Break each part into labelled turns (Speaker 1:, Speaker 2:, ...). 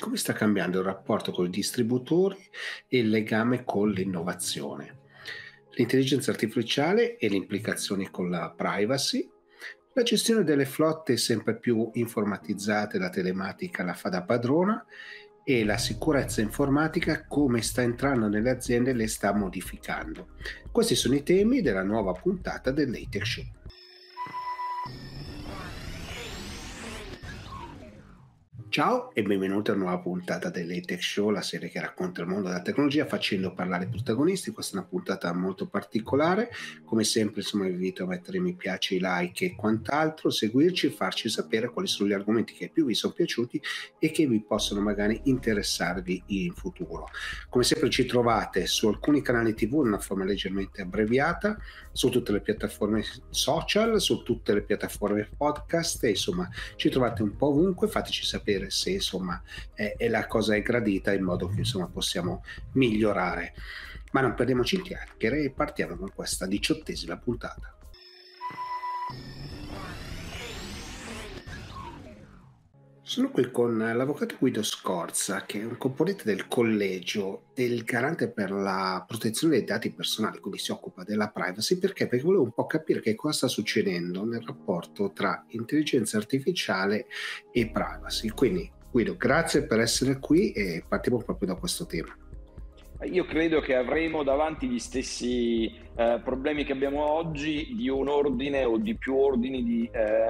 Speaker 1: come sta cambiando il rapporto con i distributori e il legame con l'innovazione, l'intelligenza artificiale e le implicazioni con la privacy, la gestione delle flotte sempre più informatizzate, la telematica la fa da padrona e la sicurezza informatica come sta entrando nelle aziende e le sta modificando. Questi sono i temi della nuova puntata dell'Atech Show. Ciao e benvenuti a una nuova puntata dell'Atech Show, la serie che racconta il mondo della tecnologia facendo parlare i protagonisti. Questa è una puntata molto particolare, come sempre insomma vi invito a mettere mi piace, i like e quant'altro, seguirci e farci sapere quali sono gli argomenti che più vi sono piaciuti e che vi possono magari interessarvi in futuro. Come sempre ci trovate su alcuni canali TV in una forma leggermente abbreviata, su tutte le piattaforme social, su tutte le piattaforme podcast e insomma ci trovate un po' ovunque. Fateci sapere se insomma la cosa è gradita, in modo che insomma possiamo migliorare. Ma non perdiamoci in chiacchiere e partiamo con questa 18ª puntata. Sono qui con l'avvocato Guido Scorza, che è un componente del collegio del garante per la protezione dei dati personali, quindi si occupa della privacy. Perché volevo un po' capire che cosa sta succedendo nel rapporto tra intelligenza artificiale e privacy. Quindi Guido, grazie per essere qui e partiamo proprio da questo tema.
Speaker 2: Io credo che avremo davanti gli stessi problemi che abbiamo oggi, di un ordine o di più ordini di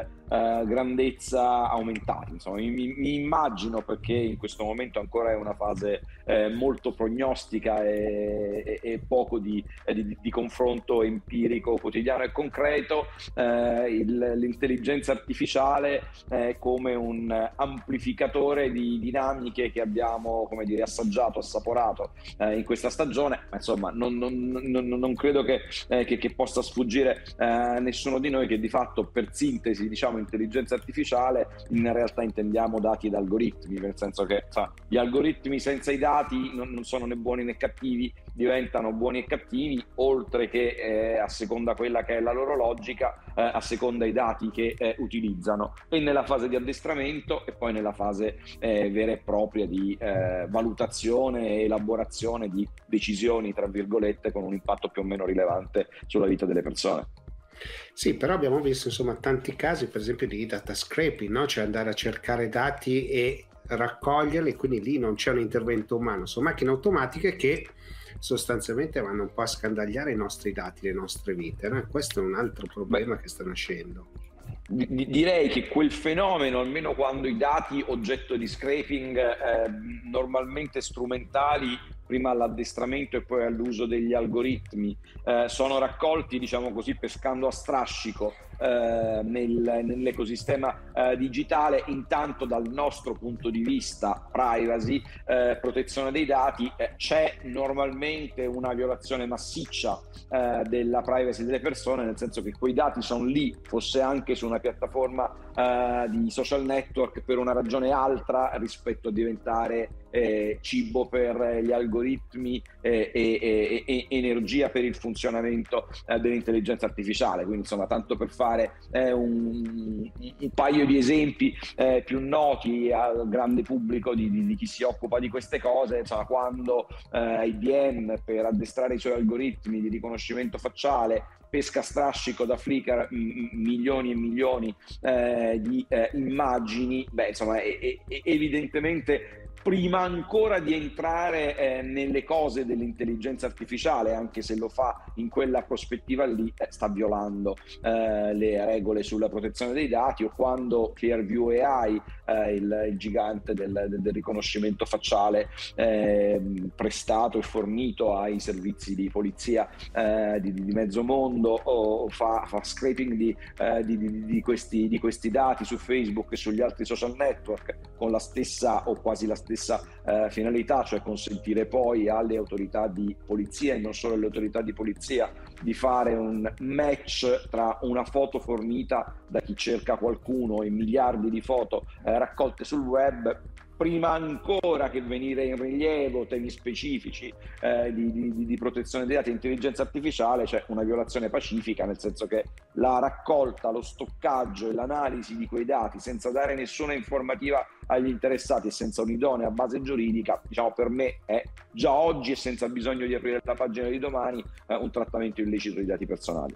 Speaker 2: grandezza aumentati. Insomma, mi immagino, perché in questo momento ancora è una fase molto prognostica e poco di confronto empirico, quotidiano e concreto, l'intelligenza artificiale come un amplificatore di dinamiche che abbiamo, come dire, assaggiato, assaporato in questa stagione, ma insomma non credo che possa sfuggire nessuno di noi che di fatto, per sintesi, diciamo, intelligenza artificiale in realtà intendiamo dati ed algoritmi, nel senso che gli algoritmi senza i dati non sono né buoni né cattivi, diventano buoni e cattivi, oltre che a seconda quella che è la loro logica, a seconda i dati che utilizzano, e nella fase di addestramento e poi nella fase vera e propria di valutazione e elaborazione di decisioni, tra virgolette, con un impatto più o meno rilevante sulla vita delle persone.
Speaker 1: Sì, però abbiamo visto insomma tanti casi, per esempio, di data scraping, no? Cioè andare a cercare dati e raccoglierli, quindi lì non c'è un intervento umano, sono macchine automatiche che sostanzialmente vanno un po' a scandagliare i nostri dati, le nostre vite, no? Questo è un altro problema che sta nascendo.
Speaker 2: Direi che quel fenomeno, almeno quando i dati oggetto di scraping normalmente strumentali prima all'addestramento e poi all'uso degli algoritmi sono raccolti, diciamo così, pescando a strascico nell'ecosistema digitale, intanto dal nostro punto di vista privacy, protezione dei dati, c'è normalmente una violazione massiccia della privacy delle persone, nel senso che quei dati sono lì, fosse anche su una piattaforma di social network, per una ragione altra rispetto a diventare cibo per gli algoritmi e energia per il funzionamento dell'intelligenza artificiale. Quindi insomma, tanto per fare un paio di esempi più noti al grande pubblico di chi si occupa di queste cose, insomma, quando IBM, per addestrare i suoi algoritmi di riconoscimento facciale, pesca a strascico da Flickr milioni e milioni di immagini, insomma, evidentemente, prima ancora di entrare nelle cose dell'intelligenza artificiale, anche se lo fa in quella prospettiva lì, sta violando le regole sulla protezione dei dati. O quando Clearview AI, il gigante del riconoscimento facciale prestato e fornito ai servizi di polizia di mezzo mondo, o fa scraping di questi dati su Facebook e sugli altri social network, con la stessa o quasi la stessa finalità, cioè consentire poi alle autorità di polizia, e non solo alle autorità di polizia, di fare un match tra una foto fornita da chi cerca qualcuno e miliardi di foto raccolte sul web prima ancora che venire in rilievo temi specifici di protezione dei dati e intelligenza artificiale, c'è una violazione pacifica, nel senso che la raccolta, lo stoccaggio e l'analisi di quei dati senza dare nessuna informativa agli interessati e senza un'idonea base giuridica, diciamo, per me è già oggi e senza bisogno di aprire la pagina di domani un trattamento illecito di dati personali.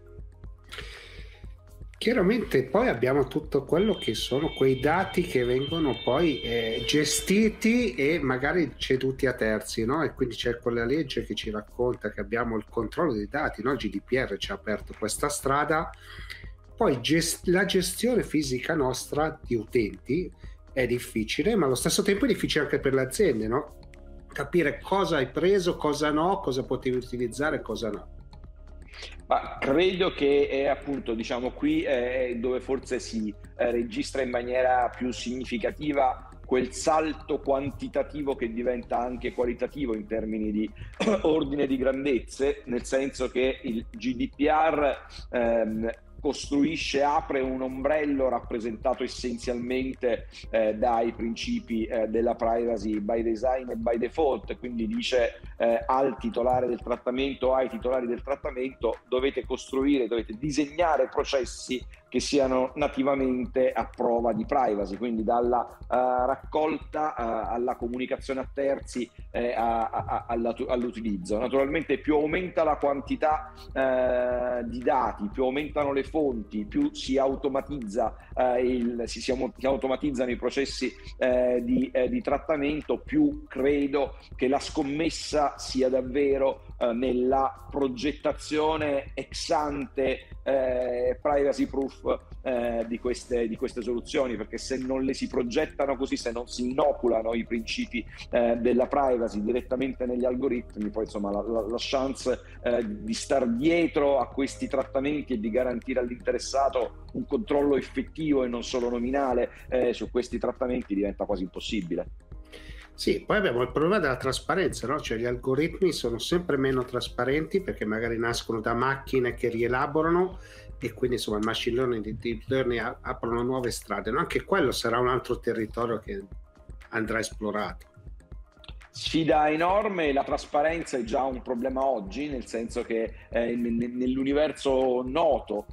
Speaker 1: Chiaramente poi abbiamo tutto quello che sono quei dati che vengono poi gestiti e magari ceduti a terzi, no? E quindi c'è quella legge che ci racconta che abbiamo il controllo dei dati, no? Il GDPR ci ha aperto questa strada, poi la gestione fisica nostra di utenti è difficile, ma allo stesso tempo è difficile anche per le aziende, no? Capire cosa hai preso, cosa no, cosa potevi utilizzare, cosa no.
Speaker 2: Ma credo che è appunto, diciamo, qui è dove forse si registra in maniera più significativa quel salto quantitativo che diventa anche qualitativo in termini di ordine di grandezze, nel senso che il GDPR costruisce, apre un ombrello rappresentato essenzialmente dai principi della privacy by design e by default, quindi dice al titolare del trattamento, ai titolari del trattamento, dovete costruire, dovete disegnare processi che siano nativamente a prova di privacy, quindi dalla raccolta alla comunicazione a terzi all'utilizzo. Naturalmente più aumenta la quantità di dati, più aumentano le fonti, più si automatizza si automatizzano i processi di trattamento, più credo che la scommessa sia davvero nella progettazione ex ante privacy proof di queste soluzioni, perché se non le si progettano così, se non si inoculano i principi della privacy direttamente negli algoritmi, poi insomma la chance di star dietro a questi trattamenti e di garantire all'interessato un controllo effettivo e non solo nominale su questi trattamenti diventa quasi impossibile.
Speaker 1: Sì, poi abbiamo il problema della trasparenza, no? Cioè gli algoritmi sono sempre meno trasparenti perché magari nascono da macchine che rielaborano e quindi insomma il machine learning e il deep learning aprono nuove strade, no? Anche quello sarà un altro territorio che andrà esplorato.
Speaker 2: Sfida enorme, la trasparenza è già un problema oggi, nel senso che nell'universo noto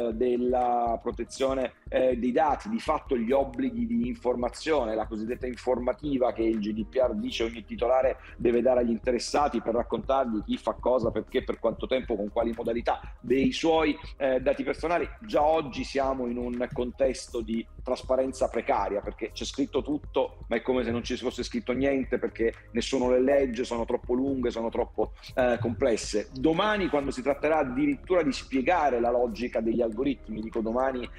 Speaker 2: della protezione dei dati, di fatto gli obblighi di informazione, la cosiddetta informativa che il GDPR dice ogni titolare deve dare agli interessati per raccontargli chi fa cosa, perché, per quanto tempo, con quali modalità dei suoi dati personali. Già oggi siamo in un contesto di trasparenza precaria, perché c'è scritto tutto, ma è come se non ci fosse scritto niente, perché nessuno le legge, sono troppo lunghe, sono troppo complesse. Domani, quando si tratterà addirittura di spiegare la logica degli algoritmi, dico domani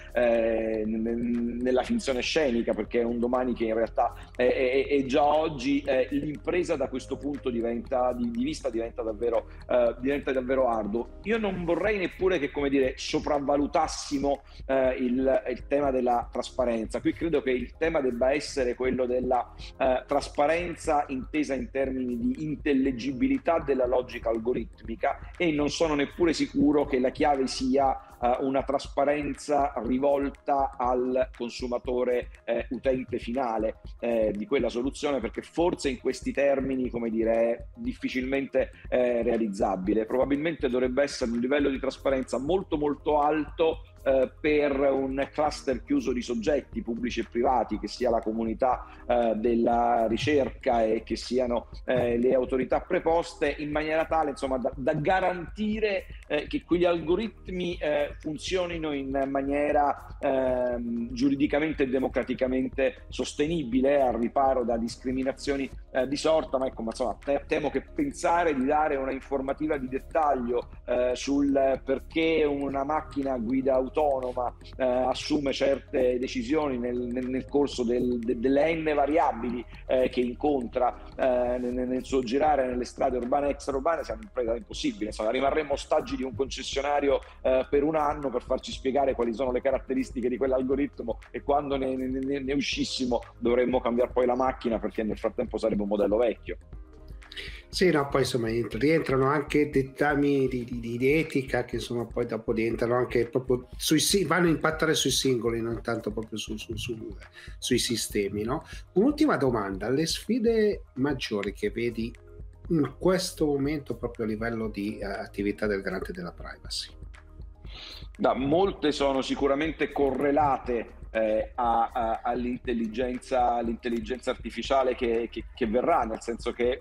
Speaker 2: nella finzione scenica, perché è un domani che in realtà è già oggi, l'impresa da questo punto di vista diventa davvero arduo. Io non vorrei neppure che, come dire, sopravvalutassimo il tema della trasparenza. Qui credo che il tema debba essere quello della trasparenza intesa in termini di intellegibilità della logica algoritmica, e non sono neppure sicuro che la chiave sia una trasparenza rivolta al consumatore utente finale di quella soluzione, perché forse in questi termini, come dire, è difficilmente realizzabile. Probabilmente dovrebbe essere un livello di trasparenza molto molto alto per un cluster chiuso di soggetti pubblici e privati, che sia la comunità della ricerca e che siano le autorità preposte, in maniera tale, insomma, da garantire che quegli algoritmi funzionino in maniera giuridicamente e democraticamente sostenibile, al riparo da discriminazioni di sorta. Ma ecco, insomma, temo che pensare di dare una informativa di dettaglio sul perché una macchina guida autonoma assume certe decisioni nel corso delle n variabili che incontra nel suo girare nelle strade urbane e extraurbane, siamo in preda impossibile. Insomma, rimarremo ostaggi di un concessionario per un anno per farci spiegare quali sono le caratteristiche di quell'algoritmo, e quando ne uscissimo dovremmo cambiare poi la macchina, perché nel frattempo sarebbe un modello vecchio.
Speaker 1: Sì, no, poi insomma rientrano anche dettami di etica che insomma poi dopo rientrano anche proprio vanno a impattare sui singoli, non tanto proprio sui sistemi, no? Un'ultima domanda, le sfide maggiori che vedi in questo momento proprio a livello di attività del garante della privacy?
Speaker 2: Molte sono sicuramente correlate all'intelligenza artificiale che verrà, nel senso che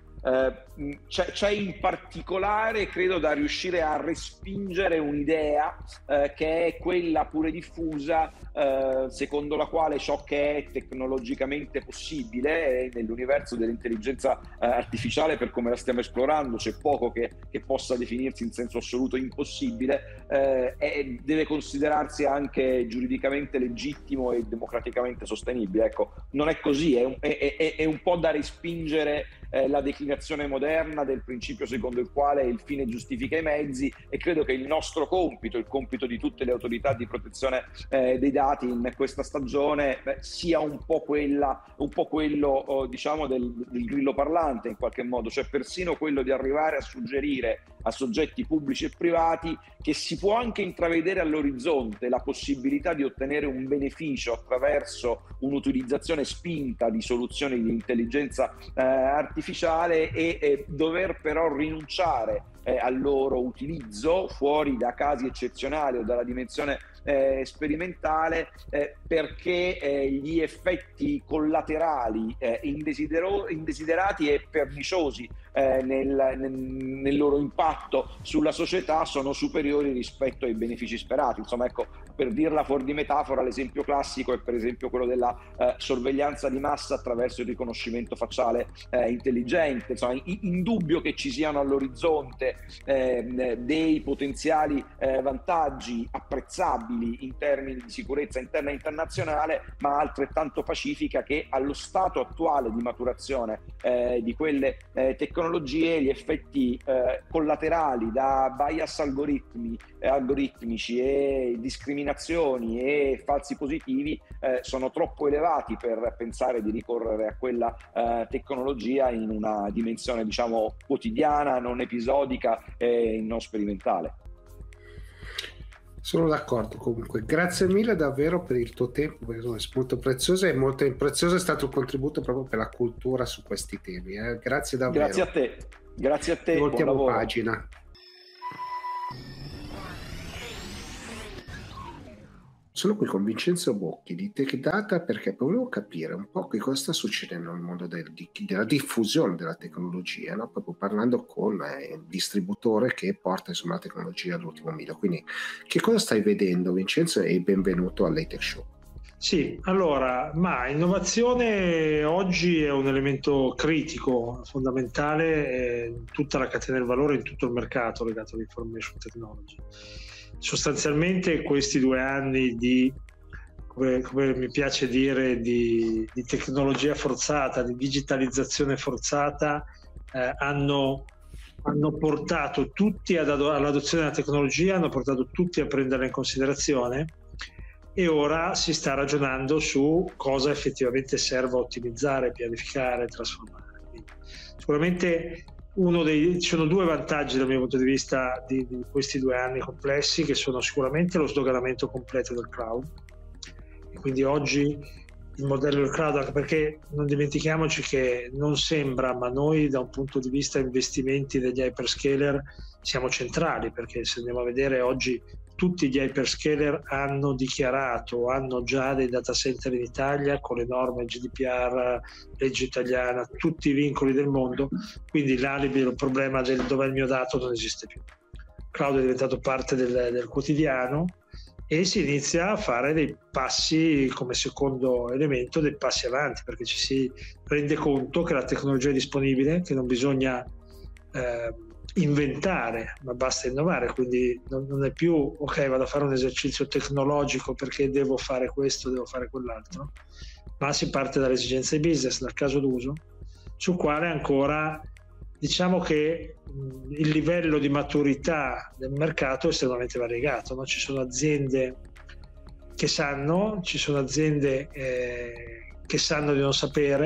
Speaker 2: c'è in particolare, credo, da riuscire a respingere un'idea che è quella pure diffusa, secondo la quale ciò che è tecnologicamente possibile nell'universo dell'intelligenza artificiale, per come la stiamo esplorando, c'è poco che possa definirsi in senso assoluto impossibile, deve considerarsi anche giuridicamente legittimo e democraticamente sostenibile. Ecco, non è così, è un po' da respingere la declinazione moderna del principio secondo il quale il fine giustifica i mezzi, e credo che il nostro compito, il compito di tutte le autorità di protezione dei dati in questa stagione sia un po' quello diciamo del grillo parlante, in qualche modo, cioè persino quello di arrivare a suggerire a soggetti pubblici e privati che si può anche intravedere all'orizzonte la possibilità di ottenere un beneficio attraverso un'utilizzazione spinta di soluzioni di intelligenza artificiale e dover però rinunciare al loro utilizzo fuori da casi eccezionali o dalla dimensione sperimentale, perché gli effetti collaterali indesiderati e perniciosi nel loro impatto sulla società sono superiori rispetto ai benefici sperati. Insomma, ecco, per dirla fuori di metafora, l'esempio classico è per esempio quello della sorveglianza di massa attraverso il riconoscimento facciale intelligente. Insomma, indubbio che ci siano all'orizzonte dei potenziali vantaggi apprezzabili in termini di sicurezza interna e internazionale, ma altrettanto pacifica che allo stato attuale di maturazione di quelle tecnologie gli effetti collaterali da bias algoritmici e discriminazioni e falsi positivi sono troppo elevati per pensare di ricorrere a quella tecnologia in una dimensione, diciamo, quotidiana, non episodica e non sperimentale.
Speaker 1: Sono d'accordo. Comunque grazie mille davvero per il tuo tempo, perché è molto prezioso, e molto prezioso è stato il contributo proprio per la cultura su questi temi. Grazie davvero.
Speaker 2: Grazie a te.
Speaker 1: Voltiamo pagina. Sono qui con Vincenzo Bocchi di TechData perché volevo capire un po' che cosa sta succedendo nel mondo della diffusione della tecnologia, no? Proprio parlando con il distributore che porta insomma la tecnologia all'ultimo miglio. Quindi che cosa stai vedendo, Vincenzo, e benvenuto all'Atech Show.
Speaker 3: Sì, allora, innovazione oggi è un elemento critico, fondamentale in tutta la catena del valore, in tutto il mercato legato all'information technology. Sostanzialmente questi 2 anni di, come mi piace dire, di tecnologia forzata, di digitalizzazione forzata, hanno portato tutti all'adozione della tecnologia, hanno portato tutti a prenderla in considerazione, e ora si sta ragionando su cosa effettivamente serve a ottimizzare, pianificare, trasformare. Quindi, sicuramente ci sono 2 vantaggi dal mio punto di vista di questi 2 anni complessi, che sono sicuramente lo sdoganamento completo del cloud, e quindi oggi il modello del cloud, anche perché non dimentichiamoci che non sembra, ma noi da un punto di vista investimenti degli hyperscaler siamo centrali, perché se andiamo a vedere oggi tutti gli hyperscaler hanno dichiarato, hanno già dei data center in Italia con le norme GDPR, legge italiana, tutti i vincoli del mondo, quindi l'alibi del problema del dov'è il mio dato non esiste più. Il cloud è diventato parte del quotidiano e si inizia a fare dei passi, come secondo elemento, dei passi avanti, perché ci si rende conto che la tecnologia è disponibile, che non bisogna inventare, ma basta innovare. Quindi non è più ok, vado a fare un esercizio tecnologico perché devo fare questo, devo fare quell'altro, ma si parte dalle esigenze di business, dal caso d'uso, sul quale ancora diciamo che il livello di maturità del mercato è estremamente variegato, no? Ci sono aziende che sanno, ci sono aziende che sanno di non sapere,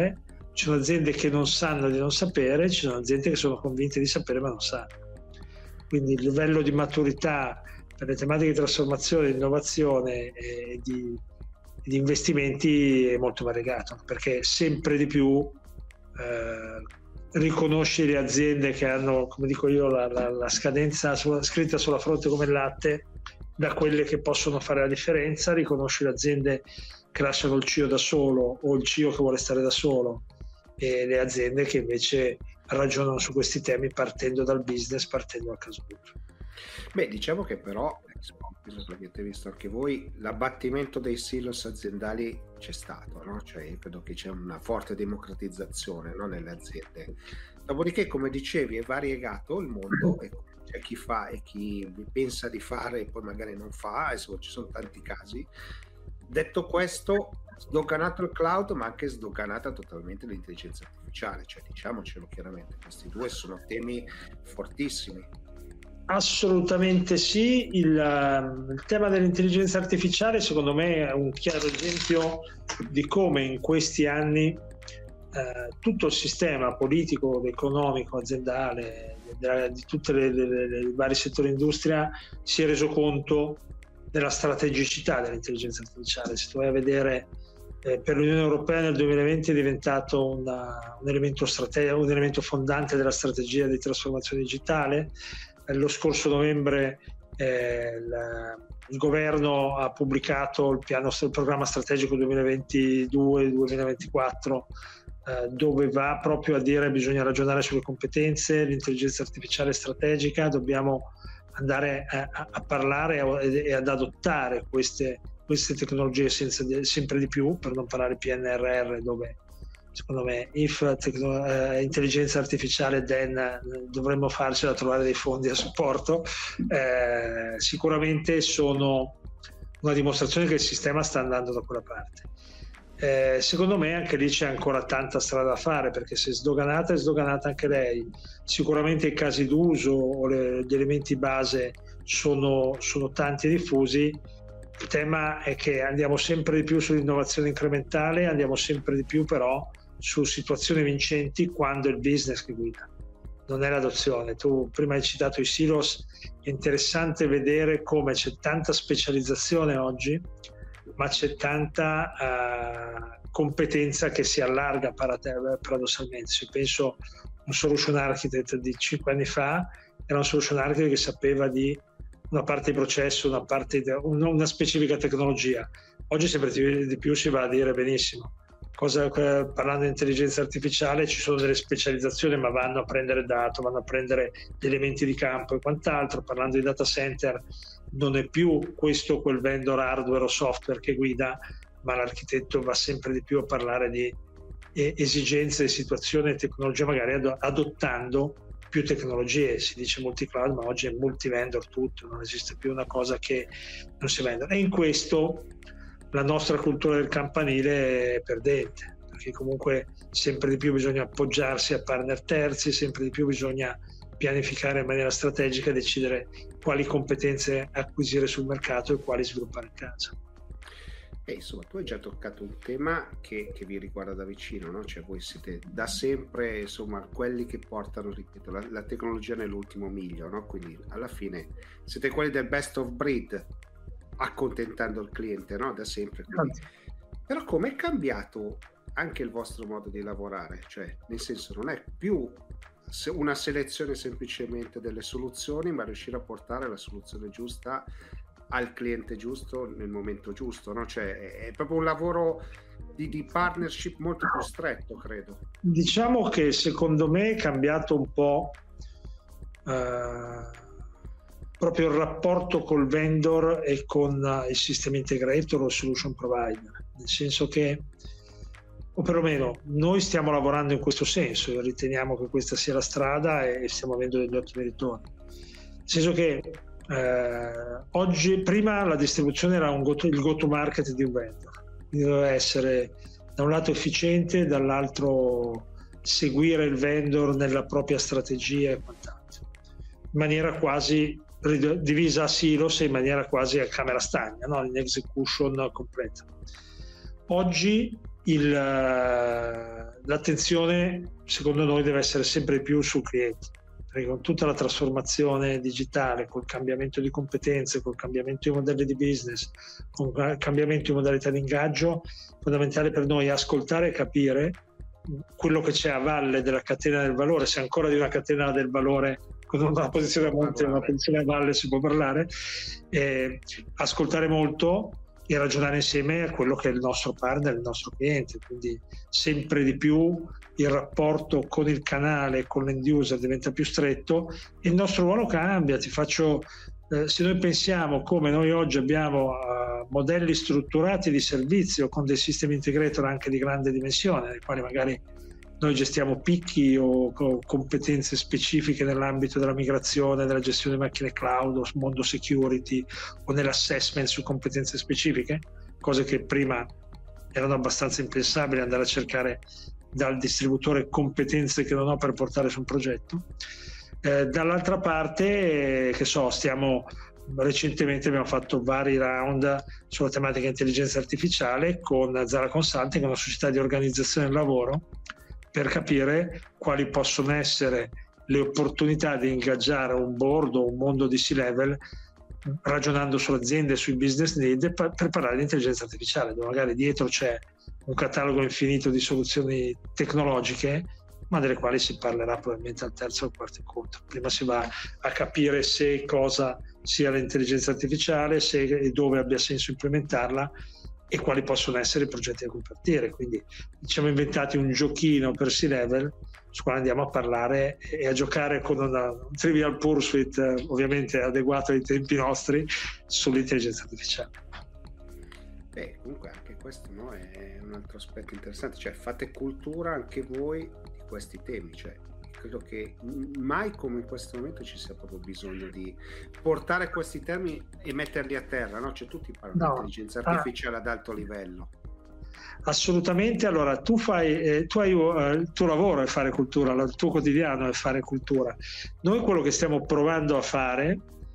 Speaker 3: ci sono aziende che non sanno di non sapere, ci sono aziende che sono convinte di sapere ma non sanno. Quindi il livello di maturità per le tematiche di trasformazione, di innovazione e di investimenti è molto variegato, perché sempre di più riconosci le aziende che hanno, come dico io, la scadenza scritta sulla fronte come il latte, da quelle che possono fare la differenza, riconosci le aziende che lasciano il CEO da solo o il CEO che vuole stare da solo, e le aziende che invece ragionano su questi temi partendo dal business, partendo dal caso d'uso.
Speaker 1: Beh, diciamo che però, penso che avete visto anche voi, l'abbattimento dei silos aziendali c'è stato, no? Cioè, io credo che c'è una forte democratizzazione, no, nelle aziende. Dopodiché, come dicevi, è variegato il mondo, e c'è chi fa e chi pensa di fare e poi magari non fa, insomma ci sono tanti casi. Detto questo, sdoganato il cloud, ma anche sdoganata totalmente l'intelligenza artificiale, cioè diciamocelo chiaramente, questi due sono temi fortissimi.
Speaker 3: Assolutamente sì, il tema dell'intelligenza artificiale secondo me è un chiaro esempio di come in questi anni tutto il sistema politico, economico, aziendale, di tutti i vari settori di industria si è reso conto della strategicità dell'intelligenza artificiale. Se tu vai a vedere, per l'Unione Europea nel 2020 è diventato un elemento fondante della strategia di trasformazione digitale. Lo scorso novembre il governo ha pubblicato il programma strategico 2022-2024, dove va proprio a dire che bisogna ragionare sulle competenze, l'intelligenza artificiale strategica, dobbiamo andare a parlare e ad adottare queste tecnologie sempre di più, per non parlare PNRR, dove secondo me intelligenza artificiale dovremmo farcela trovare dei fondi a supporto. Sicuramente sono una dimostrazione che il sistema sta andando da quella parte. Secondo me anche lì c'è ancora tanta strada da fare, perché se è sdoganata anche lei. Sicuramente i casi d'uso o gli elementi base sono tanti e diffusi. Il tema è che andiamo sempre di più sull'innovazione incrementale, andiamo sempre di più però su situazioni vincenti quando è il business che guida, non è l'adozione. Tu prima hai citato i silos, è interessante vedere come c'è tanta specializzazione oggi, ma c'è tanta competenza che si allarga paradossalmente. Se penso un solution architect di 5 anni fa era un solution architect che sapeva di una parte di processo, una specifica tecnologia. Oggi sempre di più si va a dire benissimo. Parlando di intelligenza artificiale ci sono delle specializzazioni, ma vanno a prendere dato, vanno a prendere gli elementi di campo e quant'altro. Parlando di data center non è più questo quel vendor hardware o software che guida, ma l'architetto va sempre di più a parlare di esigenze, situazioni e tecnologie, magari adottando più tecnologie. Si dice multi-cloud, ma oggi è multi-vendor tutto, non esiste più una cosa che non si vende. E in questo la nostra cultura del campanile è perdente, perché comunque sempre di più bisogna appoggiarsi a partner terzi, sempre di più bisogna pianificare in maniera strategica e decidere quali competenze acquisire sul mercato e quali sviluppare in casa.
Speaker 1: Insomma, tu hai già toccato un tema che vi riguarda da vicino, no? Cioè voi siete da sempre, insomma, quelli che portano, ripeto, la tecnologia nell'ultimo miglio, no? Quindi alla fine siete quelli del best of breed, accontentando il cliente, no? Da sempre. Quindi. Però com'è cambiato anche il vostro modo di lavorare? Cioè, nel senso, non è più una selezione semplicemente delle soluzioni, ma riuscire a portare la soluzione giusta al cliente giusto nel momento giusto, no? Cioè è proprio un lavoro di partnership molto più stretto, credo.
Speaker 3: Diciamo che secondo me è cambiato un po' proprio il rapporto col vendor e con il system integrator o solution provider, nel senso che, o perlomeno noi stiamo lavorando in questo senso e riteniamo che questa sia la strada e stiamo avendo degli ottimi ritorni, nel senso che oggi, prima la distribuzione era il go to market di un vendor, quindi doveva essere da un lato efficiente, dall'altro seguire il vendor nella propria strategia e quant'altro, in maniera quasi divisa a silos e in maniera quasi a camera stagna, no? In execution completa. Oggi l'attenzione secondo noi deve essere sempre più sul cliente, perché con tutta la trasformazione digitale, col cambiamento di competenze, col cambiamento di modelli di business, con il cambiamento di modalità di ingaggio, è fondamentale per noi ascoltare e capire quello che c'è a valle della catena del valore, se ancora di una catena del valore con una posizione a monte e una posizione a valle si può parlare, ascoltare molto e ragionare insieme a quello che è il nostro partner, il nostro cliente. Quindi sempre di più il rapporto con il canale, con l'end user diventa più stretto e il nostro ruolo cambia. Se noi pensiamo come noi oggi abbiamo modelli strutturati di servizio con dei system integrator anche di grande dimensione, nei quali magari noi gestiamo picchi o competenze specifiche nell'ambito della migrazione, della gestione di macchine cloud o mondo security o nell'assessment su competenze specifiche, cose che prima erano abbastanza impensabili, andare a cercare dal distributore competenze che non ho per portare su un progetto. Dall'altra parte, recentemente abbiamo fatto vari round sulla tematica intelligenza artificiale con Zara Consulting, una società di organizzazione del lavoro, per capire quali possono essere le opportunità di ingaggiare un board o un mondo di C-level ragionando sull'azienda e sui business need per parlare di intelligenza artificiale, dove magari dietro c'è un catalogo infinito di soluzioni tecnologiche, ma delle quali si parlerà probabilmente al terzo o al quarto incontro. Prima si va a capire se cosa sia l'intelligenza artificiale, se e dove abbia senso implementarla e quali possono essere i progetti da cui partire. Quindi ci siamo inventati un giochino per C-level su cui andiamo a parlare e a giocare con un Trivial Pursuit ovviamente adeguato ai tempi nostri sull'intelligenza artificiale.
Speaker 1: Comunque anche questo, no, è un altro aspetto interessante, cioè fate cultura anche voi di questi temi, cioè credo che mai come in questo momento ci sia proprio bisogno di portare questi termini e metterli a terra, no? Cioè tutti parlano di intelligenza artificiale ad alto livello.
Speaker 3: Assolutamente. Allora tu hai il tuo lavoro è fare cultura, il tuo quotidiano è fare cultura. Noi quello che stiamo provando a fare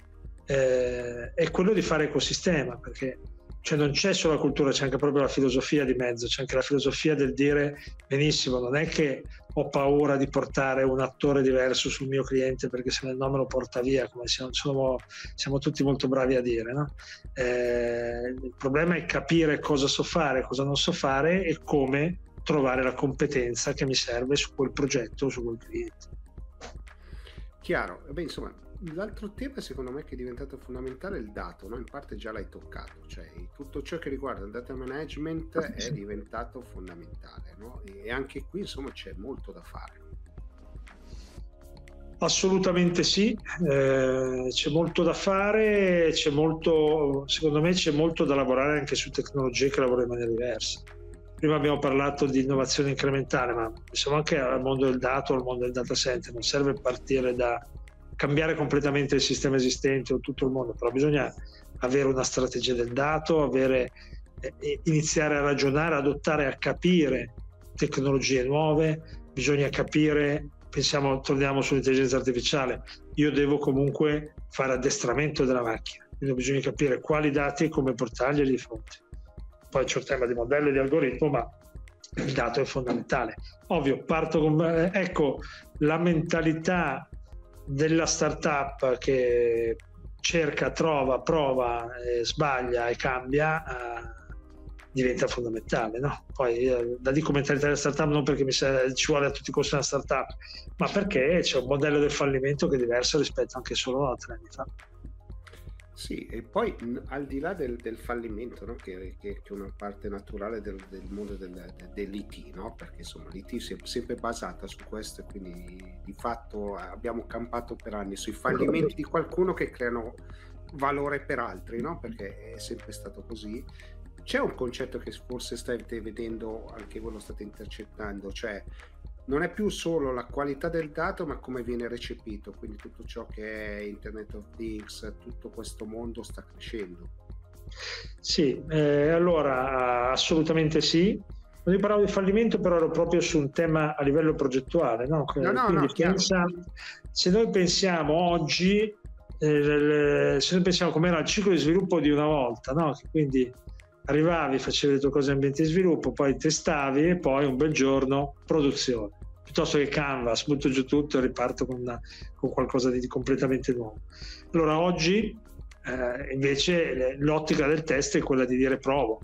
Speaker 3: è quello di fare ecosistema, perché cioè non c'è solo la cultura, c'è anche proprio la filosofia di mezzo, c'è anche la filosofia del dire benissimo, non è che ho paura di portare un attore diverso sul mio cliente perché se no me lo porta via, come siamo tutti molto bravi a dire, no? Il problema è capire cosa so fare, cosa non so fare e come trovare la competenza che mi serve su quel progetto o su quel cliente.
Speaker 1: Chiaro. Beh, insomma, l'altro tema secondo me che è diventato fondamentale è il dato, no? In parte già l'hai toccato, cioè tutto ciò che riguarda il data management è diventato fondamentale, no? E anche qui insomma c'è molto da fare.
Speaker 3: Assolutamente sì, c'è molto da fare, secondo me c'è molto da lavorare anche su tecnologie che lavorano in maniera diversa. Prima abbiamo parlato di innovazione incrementale, ma pensiamo anche al mondo del dato, al mondo del data center. Non serve partire da cambiare completamente il sistema esistente o tutto il mondo, però bisogna avere una strategia del dato, iniziare a ragionare, adottare, a capire tecnologie nuove, bisogna capire, torniamo sull'intelligenza artificiale, io devo comunque fare addestramento della macchina, quindi bisogna capire quali dati e come portarglieli di fronte. Poi c'è un tema di modello e di algoritmo, ma il dato è fondamentale. Ovvio, ecco, la mentalità della startup che cerca, trova, prova, sbaglia e cambia diventa fondamentale, no? Poi la dico mentalità della startup non perché ci vuole a tutti i costi una startup, ma perché c'è un modello del fallimento che è diverso rispetto anche solo a 3 anni fa.
Speaker 1: Sì, e poi al di là del fallimento, no? che è una parte naturale del mondo dell'IT, no? Perché insomma l'IT è sempre basata su questo e quindi di fatto abbiamo campato per anni sui fallimenti di qualcuno che creano valore per altri, no? Perché è sempre stato così. C'è un concetto che forse state vedendo, anche voi lo state intercettando, cioè non è più solo la qualità del dato ma come viene recepito, quindi tutto ciò che è Internet of Things, tutto questo mondo sta crescendo.
Speaker 3: Sì, allora assolutamente sì. Quando io parlavo di fallimento però ero proprio su un tema a livello progettuale, no? Se noi pensiamo oggi, se noi pensiamo com'era il ciclo di sviluppo di una volta, no? Quindi arrivavi, facevi le tue cose in ambiente di sviluppo, poi testavi e poi un bel giorno produzione, piuttosto che Canvas, butto giù tutto e riparto con qualcosa di completamente nuovo. Allora oggi invece l'ottica del test è quella di dire provo,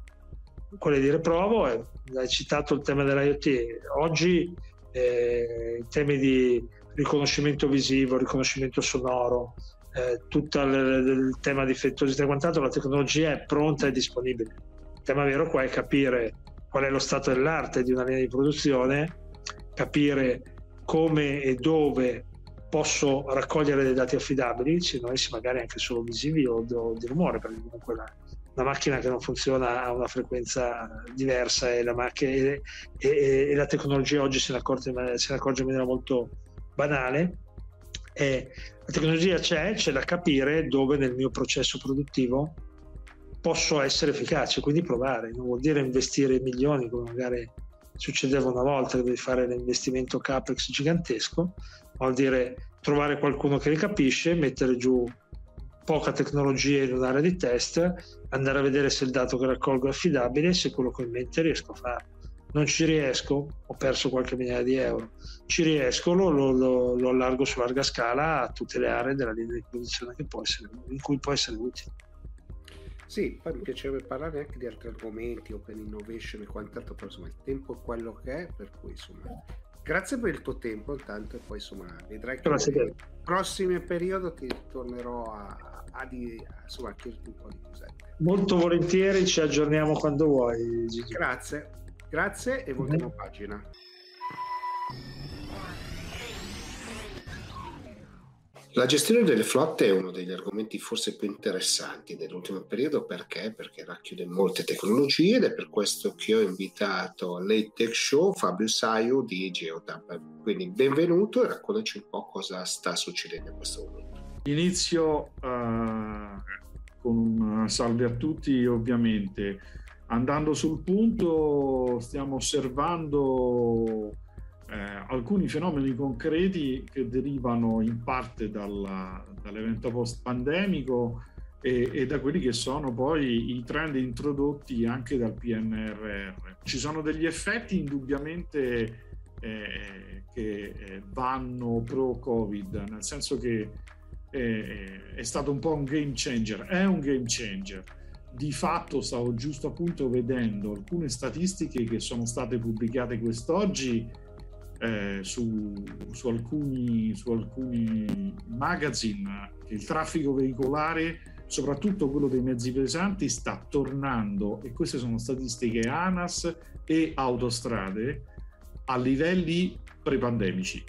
Speaker 3: e hai citato il tema dell'IoT. Oggi i temi di riconoscimento visivo, riconoscimento sonoro, tutto il tema di fettosità e quant'altro, la tecnologia è pronta e disponibile. Il tema vero qua è capire qual è lo stato dell'arte di una linea di produzione, capire come e dove posso raccogliere dei dati affidabili, magari anche solo visivi o di rumore, perché comunque una macchina che non funziona a una frequenza diversa e la tecnologia oggi se ne accorge in maniera molto banale. La tecnologia c'è da capire dove nel mio processo produttivo posso essere efficace, quindi provare. Non vuol dire investire milioni come magari succedeva una volta, che devi fare l'investimento capex gigantesco, vuol dire trovare qualcuno che li capisce, mettere giù poca tecnologia in un'area di test, andare a vedere se il dato che raccolgo è affidabile e se quello che ho in mente riesco a fare. Non ci riesco, ho perso qualche migliaia di euro. Ci riesco, lo allargo su larga scala a tutte le aree della linea di produzione in cui può essere utile.
Speaker 1: Sì, poi mi piacerebbe parlare anche di altri argomenti, open innovation e quant'altro, però insomma il tempo è quello che è, per cui insomma grazie per il tuo tempo intanto, e poi insomma vedrai che nel prossimo periodo ti tornerò a chiederti un po' di cosette.
Speaker 3: Molto volentieri, ci aggiorniamo quando vuoi, Gigi.
Speaker 1: Grazie e voltiamo pagina. La gestione delle flotte è uno degli argomenti forse più interessanti dell'ultimo periodo. Perché racchiude molte tecnologie, ed è per questo che ho invitato all'Late Tech Show Fabio Saiu di Geotab. Quindi benvenuto e raccontaci un po' cosa sta succedendo in questo momento.
Speaker 4: Inizio con un salve a tutti. Ovviamente andando sul punto, stiamo osservando alcuni fenomeni concreti che derivano in parte dall'evento post-pandemico e da quelli che sono poi i trend introdotti anche dal PNRR. Ci sono degli effetti indubbiamente che vanno pro Covid, nel senso che è stato un po' un game changer, è un game changer. Di fatto stavo giusto appunto vedendo alcune statistiche che sono state pubblicate quest'oggi su alcuni magazine, che il traffico veicolare, soprattutto quello dei mezzi pesanti, sta tornando, e queste sono statistiche ANAS e Autostrade, a livelli prepandemici.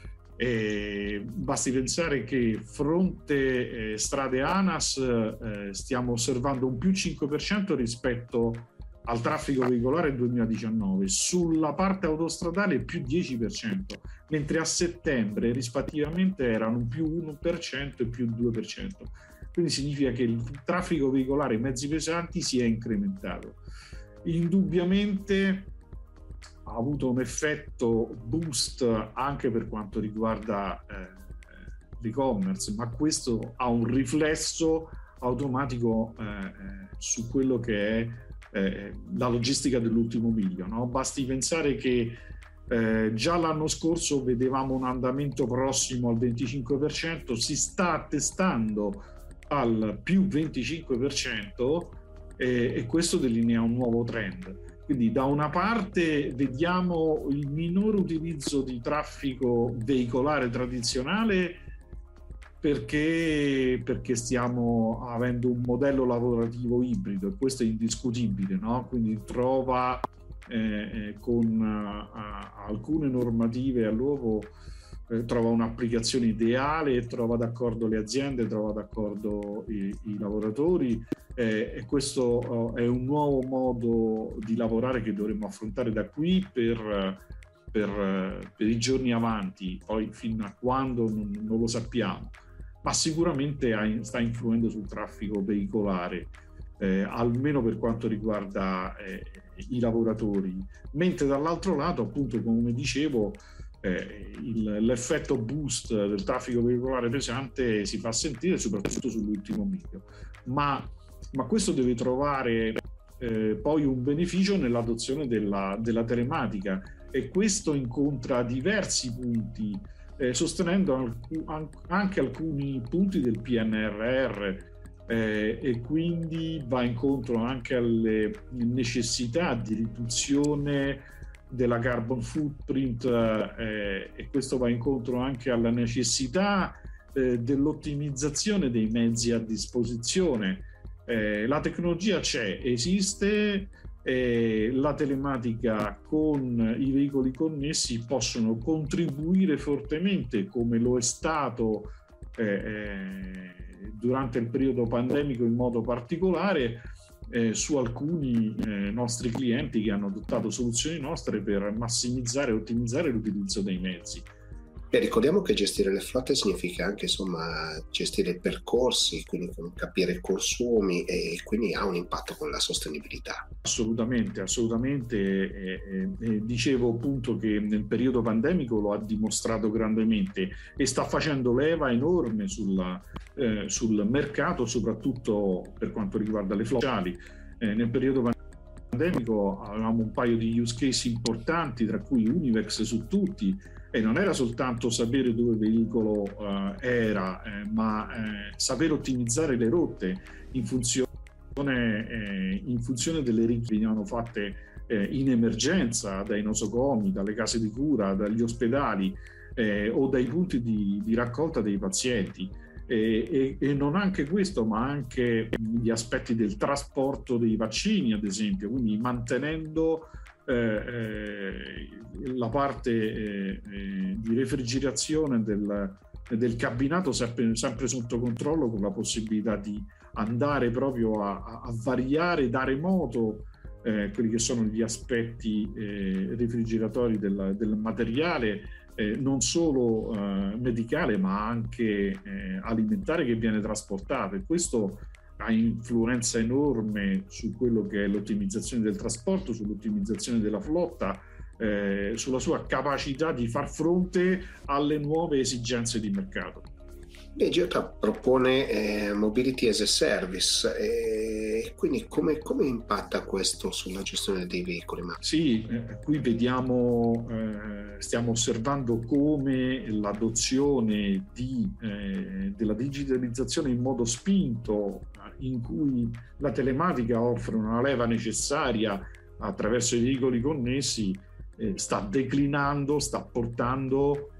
Speaker 4: Basti pensare che fronte strade ANAS stiamo osservando un più 5% rispetto al traffico veicolare 2019, sulla parte autostradale più 10%, mentre a settembre rispettivamente erano più 1% e più 2%. Quindi significa che il traffico veicolare e mezzi pesanti si è incrementato. Indubbiamente ha avuto un effetto boost anche per quanto riguarda l'e-commerce, ma questo ha un riflesso automatico su quello che è la logistica dell'ultimo miglio, no? Basti pensare che già l'anno scorso vedevamo un andamento prossimo al 25%, si sta attestando al più 25%, e questo delinea un nuovo trend. Quindi da una parte vediamo il minor utilizzo di traffico veicolare tradizionale perché stiamo avendo un modello lavorativo ibrido, e questo è indiscutibile, no? Quindi trova con alcune normative all'uovo trova un'applicazione ideale, trova d'accordo le aziende, trova d'accordo i lavoratori, e questo è un nuovo modo di lavorare che dovremmo affrontare da qui per i giorni avanti, poi fino a quando non lo sappiamo, ma sicuramente sta influendo sul traffico veicolare, almeno per quanto riguarda i lavoratori, mentre dall'altro lato, appunto, come dicevo, l'effetto boost del traffico veicolare pesante si fa sentire soprattutto sull'ultimo miglio, ma questo deve trovare poi un beneficio nell'adozione della telematica, e questo incontra diversi punti, sostenendo anche alcuni punti del PNRR, e quindi va incontro anche alle necessità di riduzione della carbon footprint, e questo va incontro anche alla necessità dell'ottimizzazione dei mezzi a disposizione. La tecnologia c'è, esiste, la telematica con i veicoli connessi possono contribuire fortemente, come lo è stato durante il periodo pandemico in modo particolare, su alcuni nostri clienti che hanno adottato soluzioni nostre per massimizzare e ottimizzare l'utilizzo dei mezzi.
Speaker 1: E ricordiamo che gestire le flotte significa anche, insomma, gestire i percorsi, quindi capire i consumi, e quindi ha un impatto con la sostenibilità.
Speaker 4: Assolutamente. Dicevo appunto che nel periodo pandemico lo ha dimostrato grandemente e sta facendo leva enorme sul mercato, soprattutto per quanto riguarda le flotte. Nel periodo pandemico avevamo un paio di use case importanti, tra cui Univex su tutti, e non era soltanto sapere dove il veicolo era, ma saper ottimizzare le rotte in funzione delle righe che venivano fatte in emergenza dai nosocomi, dalle case di cura, dagli ospedali o dai punti di raccolta dei pazienti. E non anche questo, ma anche gli aspetti del trasporto dei vaccini, ad esempio, quindi mantenendo la parte di refrigerazione del cabinato sempre sotto controllo, con la possibilità di andare proprio a variare, dare moto quelli che sono gli aspetti refrigeratori del materiale, non solo medicale ma anche alimentare che viene trasportato, e questo ha influenza enorme su quello che è l'ottimizzazione del trasporto, sull'ottimizzazione della flotta, sulla sua capacità di far fronte alle nuove esigenze di mercato.
Speaker 1: Geotab propone Mobility as a Service, quindi come impatta questo sulla gestione dei veicoli?
Speaker 4: Sì, qui vediamo, stiamo osservando come l'adozione della digitalizzazione in modo spinto, in cui la telematica offre una leva necessaria attraverso i veicoli connessi, sta declinando, sta portando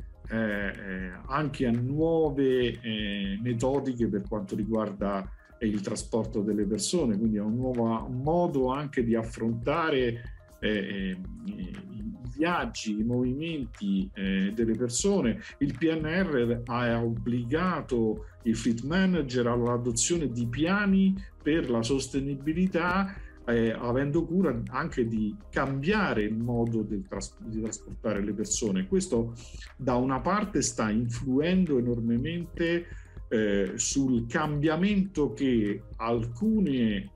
Speaker 4: anche a nuove metodiche per quanto riguarda il trasporto delle persone, quindi a un nuovo modo anche di affrontare i viaggi, i movimenti delle persone. Il PNR ha obbligato i fleet manager all'adozione di piani per la sostenibilità, avendo cura anche di cambiare il modo di trasportare le persone. Questo da una parte sta influendo enormemente sul cambiamento che alcune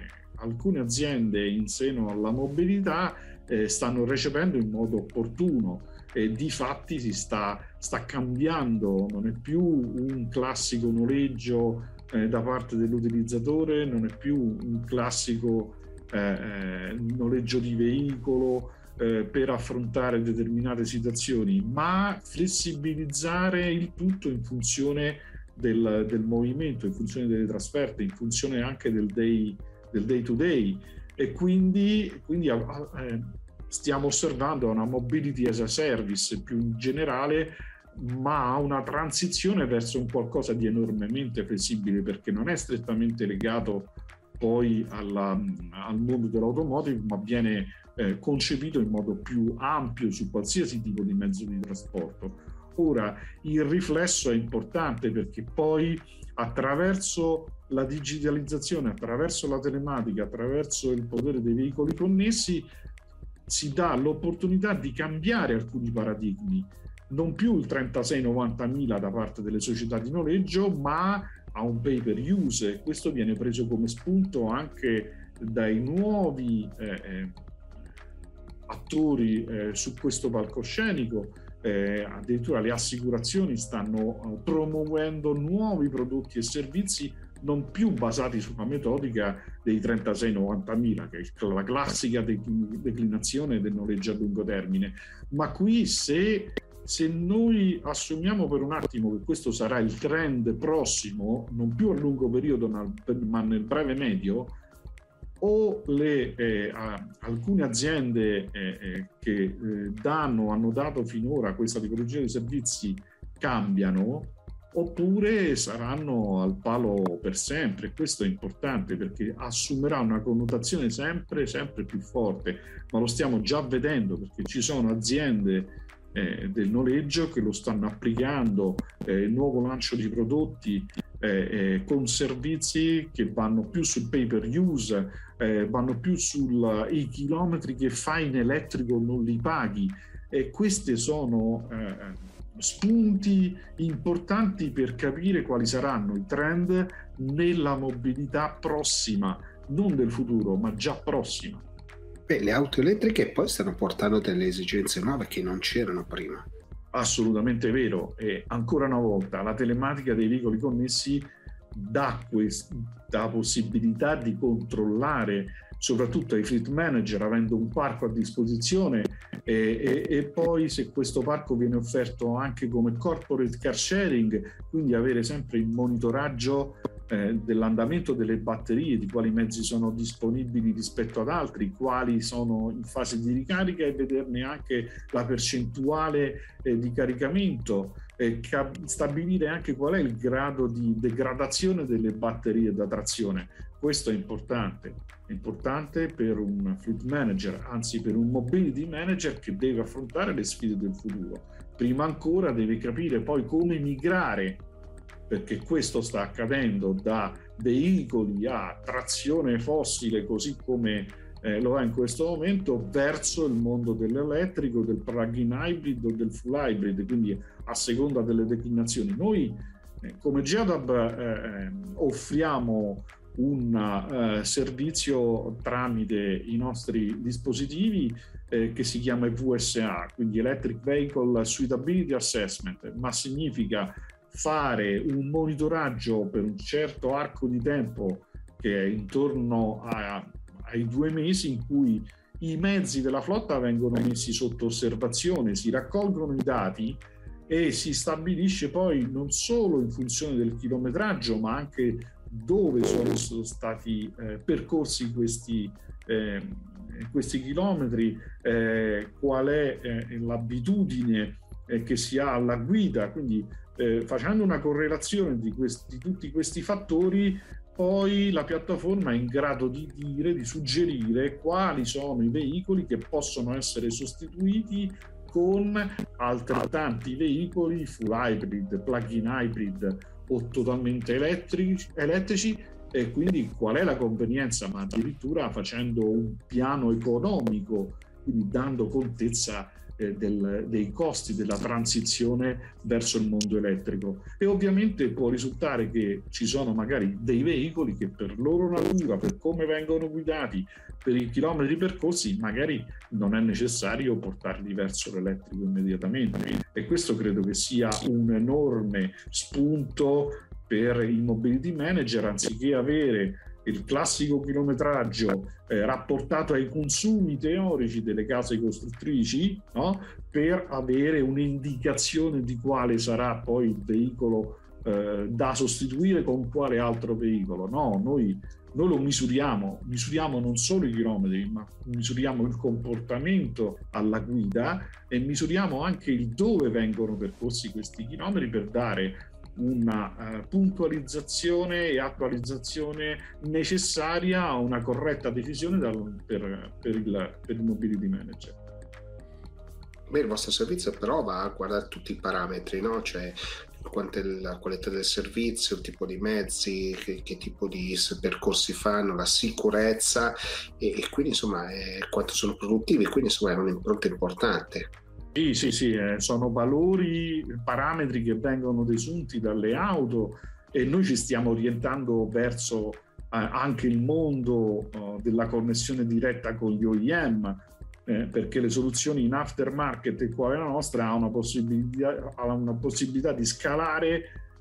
Speaker 4: aziende in seno alla mobilità stanno recependo in modo opportuno, e di fatti si sta cambiando. Non è più un classico noleggio da parte dell'utilizzatore, non è più un classico noleggio di veicolo per affrontare determinate situazioni, ma flessibilizzare il tutto in funzione del movimento, in funzione delle trasferte, in funzione anche del day to day. E quindi stiamo osservando una mobility as a service più in generale, ma una transizione verso un qualcosa di enormemente flessibile, perché non è strettamente legato poi al mondo dell'automotive, ma viene concepito in modo più ampio su qualsiasi tipo di mezzo di trasporto. Ora, il riflesso è importante, perché poi attraverso la digitalizzazione, attraverso la telematica, attraverso il potere dei veicoli connessi, si dà l'opportunità di cambiare alcuni paradigmi, non più il 36-90.000 da parte delle società di noleggio, ma a un pay per use. Questo viene preso come spunto anche dai nuovi attori su questo palcoscenico. Addirittura le assicurazioni stanno promuovendo nuovi prodotti e servizi non più basati sulla metodica dei 36-90.000, che è la classica declinazione del noleggio a lungo termine. Ma qui se noi assumiamo per un attimo che questo sarà il trend prossimo, non più a lungo periodo ma nel breve medio, o alcune aziende che hanno dato finora questa tipologia di servizi cambiano, oppure saranno al palo per sempre. Questo è importante perché assumerà una connotazione sempre più forte, ma lo stiamo già vedendo perché ci sono aziende del noleggio che lo stanno applicando, nuovo lancio di prodotti con servizi che vanno più sul pay per use, vanno più i chilometri che fai in elettrico non li paghi, e questi sono spunti importanti per capire quali saranno i trend nella mobilità prossima, non del futuro ma già prossima.
Speaker 1: Le auto elettriche poi stanno portando delle esigenze nuove che non c'erano prima.
Speaker 4: Assolutamente vero, e ancora una volta la telematica dei veicoli connessi dà questa possibilità di controllare, soprattutto ai fleet manager, avendo un parco a disposizione, e poi se questo parco viene offerto anche come corporate car sharing, quindi avere sempre il monitoraggio dell'andamento delle batterie, di quali mezzi sono disponibili rispetto ad altri, quali sono in fase di ricarica, e vederne anche la percentuale di caricamento, stabilire anche qual è il grado di degradazione delle batterie da trazione. Questo è importante per un fleet manager, anzi per un mobility manager che deve affrontare le sfide del futuro. Prima ancora deve capire poi come migrare, perché questo sta accadendo, da veicoli a trazione fossile, così come lo è in questo momento, verso il mondo dell'elettrico, del plug-in hybrid o del full hybrid, quindi a seconda delle declinazioni. Noi come Geotab offriamo un servizio tramite i nostri dispositivi che si chiama VSA, quindi Electric Vehicle Suitability Assessment, ma significa fare un monitoraggio per un certo arco di tempo che è intorno ai 2 mesi, in cui i mezzi della flotta vengono messi sotto osservazione, si raccolgono i dati e si stabilisce poi non solo in funzione del chilometraggio, ma anche dove sono stati percorsi questi chilometri, qual è l'abitudine che si ha alla guida. Quindi facendo una correlazione di tutti questi fattori, poi la piattaforma è in grado di suggerire quali sono i veicoli che possono essere sostituiti con altrettanti veicoli full hybrid, plug-in hybrid o totalmente elettrici, e quindi qual è la convenienza, ma addirittura facendo un piano economico, quindi dando contezza dei costi della transizione verso il mondo elettrico. E ovviamente può risultare che ci sono magari dei veicoli che per loro natura, per come vengono guidati, per i chilometri percorsi, magari non è necessario portarli verso l'elettrico immediatamente, e questo credo che sia un enorme spunto per i mobility manager, anziché avere il classico chilometraggio rapportato ai consumi teorici delle case costruttrici, no? Per avere un'indicazione di quale sarà poi il veicolo da sostituire con quale altro veicolo. No, noi lo misuriamo non solo i chilometri, ma misuriamo il comportamento alla guida e misuriamo anche il dove vengono percorsi questi chilometri, per dare una puntualizzazione e attualizzazione necessaria a una corretta decisione per il mobility manager.
Speaker 1: Beh, il vostro servizio però va a guardare tutti i parametri, no? Cioè quanto è la qualità del servizio, il tipo di mezzi, che tipo di percorsi fanno, la sicurezza e quindi insomma quanto sono produttivi, quindi insomma è un'impronta importante.
Speaker 4: Sì, sono valori, parametri che vengono desunti dalle auto, e noi ci stiamo orientando verso anche il mondo della connessione diretta con gli OEM, perché le soluzioni in aftermarket, quale la nostra, ha una possibilità di scalare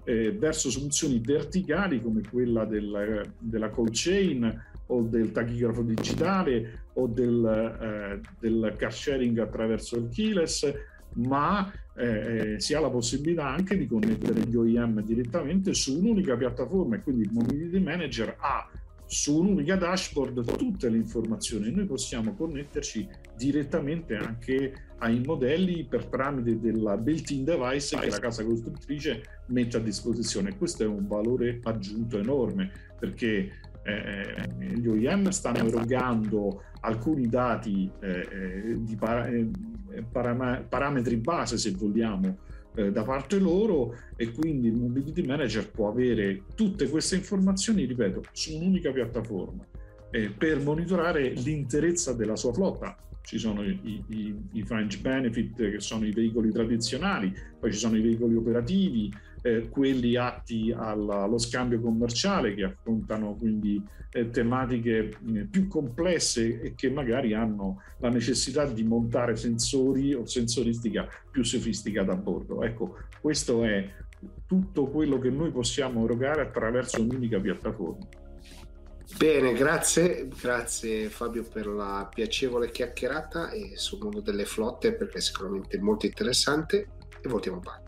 Speaker 4: verso soluzioni verticali come quella della cold chain o del tachigrafo digitale o del car sharing attraverso il keyless, ma si ha la possibilità anche di connettere gli OEM direttamente su un'unica piattaforma, e quindi il Mobility Manager ha su un'unica dashboard tutte le informazioni. Noi possiamo connetterci direttamente anche ai modelli per tramite della built-in device che la casa costruttrice mette a disposizione. Questo è un valore aggiunto enorme, perché gli OEM stanno erogando alcuni dati di parametri base, se vogliamo, da parte loro, e quindi il Mobility Manager può avere tutte queste informazioni, ripeto, su un'unica piattaforma per monitorare l'interezza della sua flotta. Ci sono i fringe benefit, che sono i veicoli tradizionali, poi ci sono i veicoli operativi, quelli atti allo scambio commerciale, che affrontano quindi tematiche più complesse e che magari hanno la necessità di montare sensori o sensoristica più sofisticata a bordo. Ecco, questo è tutto quello che noi possiamo erogare attraverso un'unica piattaforma.
Speaker 1: Bene, grazie Fabio per la piacevole chiacchierata e sul mondo delle flotte, perché è sicuramente molto interessante, e voltiamo avanti.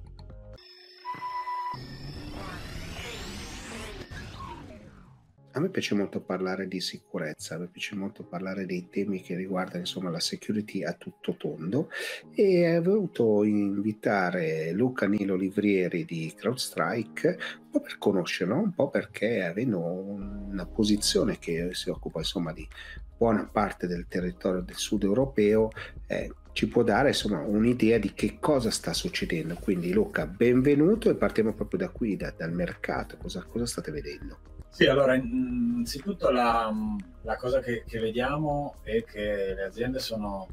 Speaker 1: A me piace molto parlare di sicurezza, a me piace molto parlare dei temi che riguardano insomma la security a tutto tondo, e ho voluto invitare Luca Nilo Livrieri di CrowdStrike un po' per conoscerlo, un po' perché avendo una posizione che si occupa insomma di buona parte del territorio del sud europeo, ci può dare insomma un'idea di che cosa sta succedendo. Quindi Luca, benvenuto, e partiamo proprio da qui, dal mercato. Cosa state vedendo?
Speaker 5: Sì, allora innanzitutto la cosa che vediamo è che le aziende sono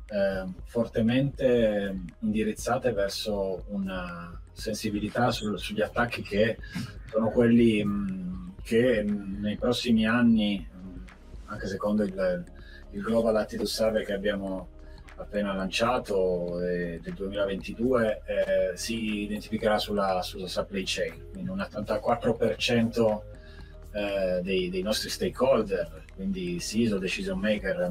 Speaker 5: fortemente indirizzate verso una sensibilità sugli attacchi, che sono quelli che nei prossimi anni, anche secondo il Global Attitude Survey che abbiamo appena lanciato del 2022, si identificherà sulla supply chain, quindi un 84% dei nostri stakeholder, quindi CISO, decision maker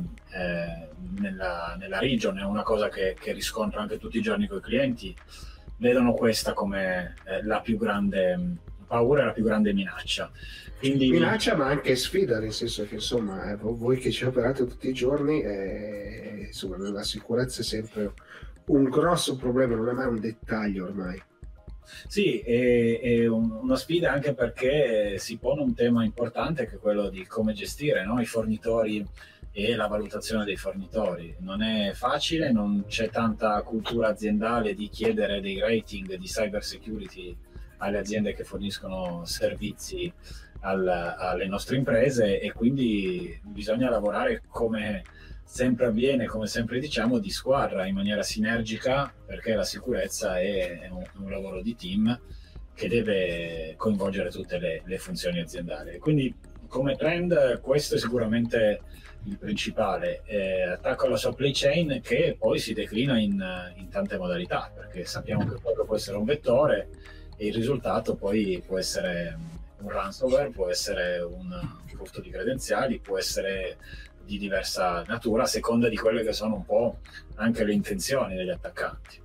Speaker 5: nella region, è una cosa che riscontro anche tutti i giorni con i clienti, vedono questa come la più grande paura e la più grande minaccia. Quindi,
Speaker 1: minaccia, ma anche sfida, nel senso che insomma voi che ci operate tutti i giorni, insomma la sicurezza è sempre un grosso problema, non è mai un dettaglio ormai.
Speaker 5: Sì, è una sfida anche perché si pone un tema importante, che è quello di come gestire, no, i fornitori e la valutazione dei fornitori. Non è facile, non c'è tanta cultura aziendale di chiedere dei rating di cyber security alle aziende che forniscono servizi alle nostre imprese, e quindi bisogna lavorare, come sempre avviene, come sempre diciamo, di squadra, in maniera sinergica, perché la sicurezza è un lavoro di team che deve coinvolgere tutte le funzioni aziendali. Quindi come trend questo è sicuramente il principale, attacco alla supply chain, che poi si declina in tante modalità, perché sappiamo che quello può essere un vettore e il risultato poi può essere un ransomware, può essere un furto di credenziali, può essere di diversa natura, a seconda di quelle che sono un po' anche le intenzioni degli attaccanti.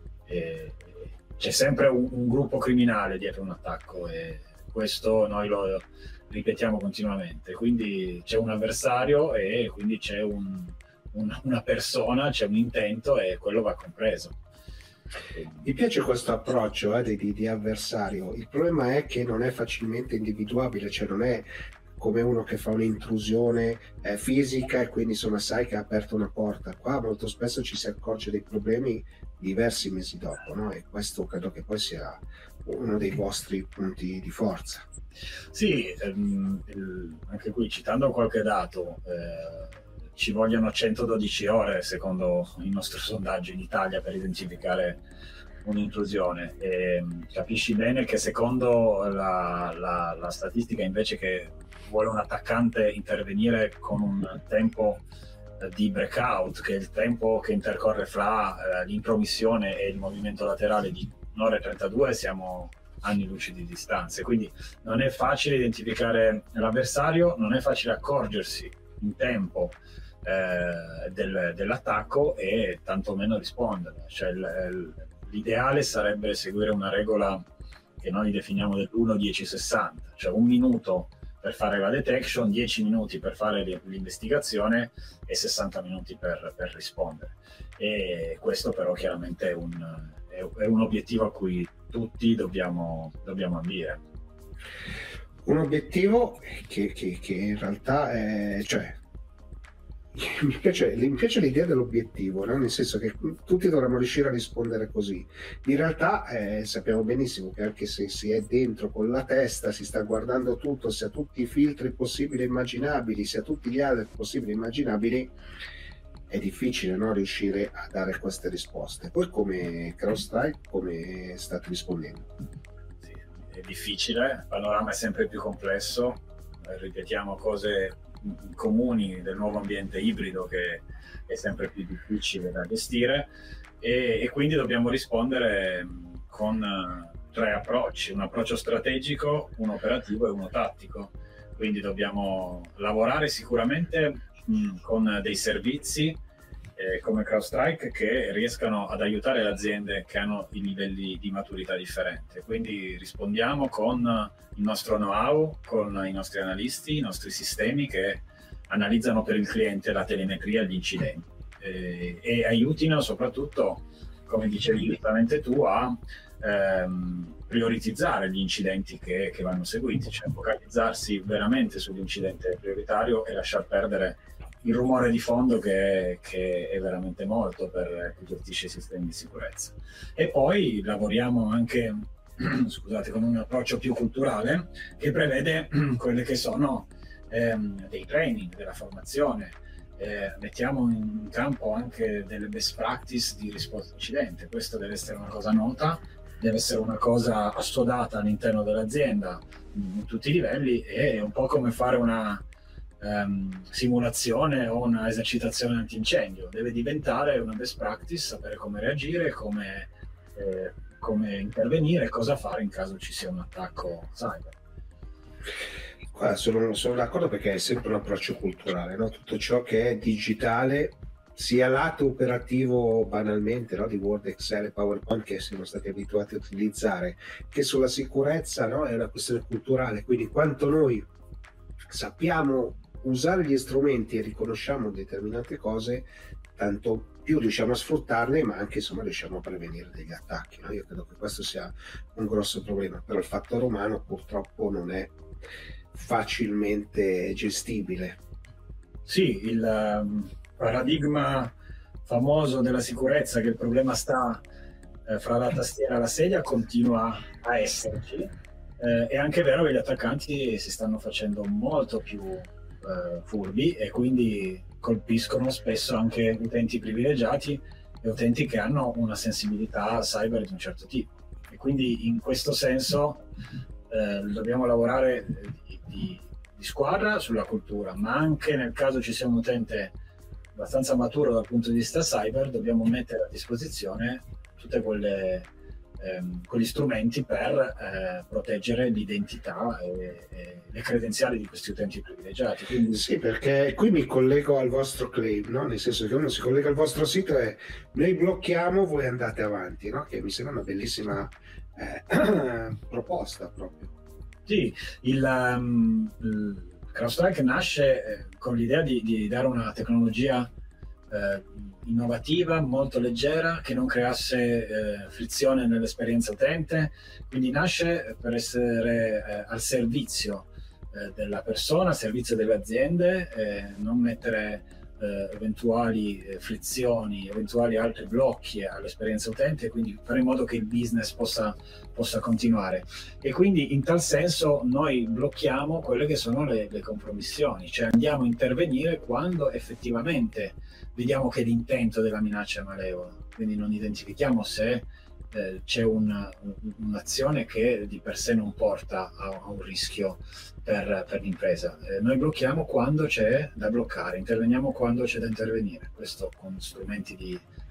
Speaker 5: C'è sempre un gruppo criminale dietro un attacco, e questo noi lo ripetiamo continuamente. Quindi c'è un avversario e quindi c'è una persona, c'è un intento, e quello va compreso.
Speaker 1: Mi piace questo approccio di avversario. Il problema è che non è facilmente individuabile, cioè non è come uno che fa un'intrusione fisica e quindi insomma sai che ha aperto una porta. Qua molto spesso ci si accorge dei problemi diversi mesi dopo, no? E questo credo che poi sia uno dei vostri punti di forza.
Speaker 5: Sì, anche qui citando qualche dato, ci vogliono 112 ore secondo il nostro sondaggio in Italia per identificare un'intrusione, e capisci bene che secondo la statistica, invece, che vuole un attaccante intervenire con un tempo di breakout, che è il tempo che intercorre fra l'intromissione e il movimento laterale di un'ora e 32, siamo anni luce di distanza. Quindi non è facile identificare l'avversario, non è facile accorgersi in tempo dell'attacco e tantomeno rispondere. Cioè, l'ideale sarebbe seguire una regola che noi definiamo dell'1-10-60, cioè 1 minuto per fare la detection, 10 minuti per fare l'investigazione e 60 minuti per rispondere. E questo però chiaramente è un obiettivo a cui tutti dobbiamo ambire.
Speaker 1: Un obiettivo che in realtà è, cioè, mi piace l'idea dell'obiettivo, no? Nel senso che tutti dovremmo riuscire a rispondere così. In realtà sappiamo benissimo che anche se si è dentro con la testa, si sta guardando tutto, si ha tutti i filtri possibili e immaginabili, si ha tutti gli altri possibili e immaginabili, è difficile, no? Riuscire a dare queste risposte. Poi come CrowdStrike, come state rispondendo?
Speaker 5: Sì, è difficile, il panorama è sempre più complesso, ripetiamo cose comuni del nuovo ambiente ibrido che è sempre più difficile da gestire e quindi dobbiamo rispondere con 3 approcci: un approccio strategico, uno operativo e uno tattico. Quindi dobbiamo lavorare sicuramente con dei servizi come CrowdStrike che riescano ad aiutare le aziende che hanno i livelli di maturità differenti. Quindi rispondiamo con il nostro know-how, con i nostri analisti, i nostri sistemi che analizzano per il cliente la telemetria e gli incidenti e aiutino soprattutto, come dicevi giustamente tu, a prioritizzare gli incidenti che vanno seguiti, cioè focalizzarsi veramente sull'incidente prioritario e lasciar perdere il rumore di fondo che è veramente molto per chi gestisce i sistemi di sicurezza. E poi lavoriamo anche con un approccio più culturale che prevede quelle che sono dei training, della formazione, mettiamo in campo anche delle best practice di risposta all'incidente. Questo deve essere una cosa nota, deve essere una cosa assodata all'interno dell'azienda in tutti i livelli, e è un po' come fare una simulazione o una esercitazione antincendio. Deve diventare una best practice, sapere come reagire, come intervenire, cosa fare in caso ci sia un attacco cyber.
Speaker 1: Sono d'accordo, perché è sempre un approccio culturale, no? Tutto ciò che è digitale, sia lato operativo banalmente, no? Di Word, Excel e PowerPoint che siamo stati abituati a utilizzare, che sulla sicurezza, no? È una questione culturale. Quindi quanto noi sappiamo usare gli strumenti e riconosciamo determinate cose, tanto più riusciamo a sfruttarle, ma anche insomma riusciamo a prevenire degli attacchi, no? Io credo che questo sia un grosso problema, però il fattore umano purtroppo non è facilmente gestibile.
Speaker 5: Sì, il paradigma famoso della sicurezza, che il problema sta fra la tastiera e la sedia, continua a esserci. È anche vero che gli attaccanti si stanno facendo molto più furbi e quindi colpiscono spesso anche utenti privilegiati e utenti che hanno una sensibilità cyber di un certo tipo. E quindi in questo senso dobbiamo lavorare di squadra sulla cultura, ma anche nel caso ci sia un utente abbastanza maturo dal punto di vista cyber, dobbiamo mettere a disposizione tutte quegli strumenti per proteggere l'identità e le credenziali di questi utenti privilegiati. Quindi...
Speaker 1: Sì, perché qui mi collego al vostro claim, no? Nel senso che uno si collega al vostro sito e noi blocchiamo, voi andate avanti, no? Che mi sembra una bellissima proposta proprio.
Speaker 5: Sì, il CrowdStrike nasce con l'idea di dare una tecnologia innovativa, molto leggera, che non creasse frizione nell'esperienza utente, quindi nasce per essere al servizio della persona, al servizio delle aziende, non mettere eventuali frizioni, eventuali altri blocchi all'esperienza utente, quindi fare in modo che il business possa continuare. E quindi in tal senso noi blocchiamo quelle che sono le compromissioni, cioè andiamo a intervenire quando effettivamente vediamo che l'intento della minaccia è malevolo, quindi non identifichiamo se c'è un'azione che di per sé non porta a un rischio per l'impresa. Noi blocchiamo quando c'è da bloccare, interveniamo quando c'è da intervenire, questo con strumenti di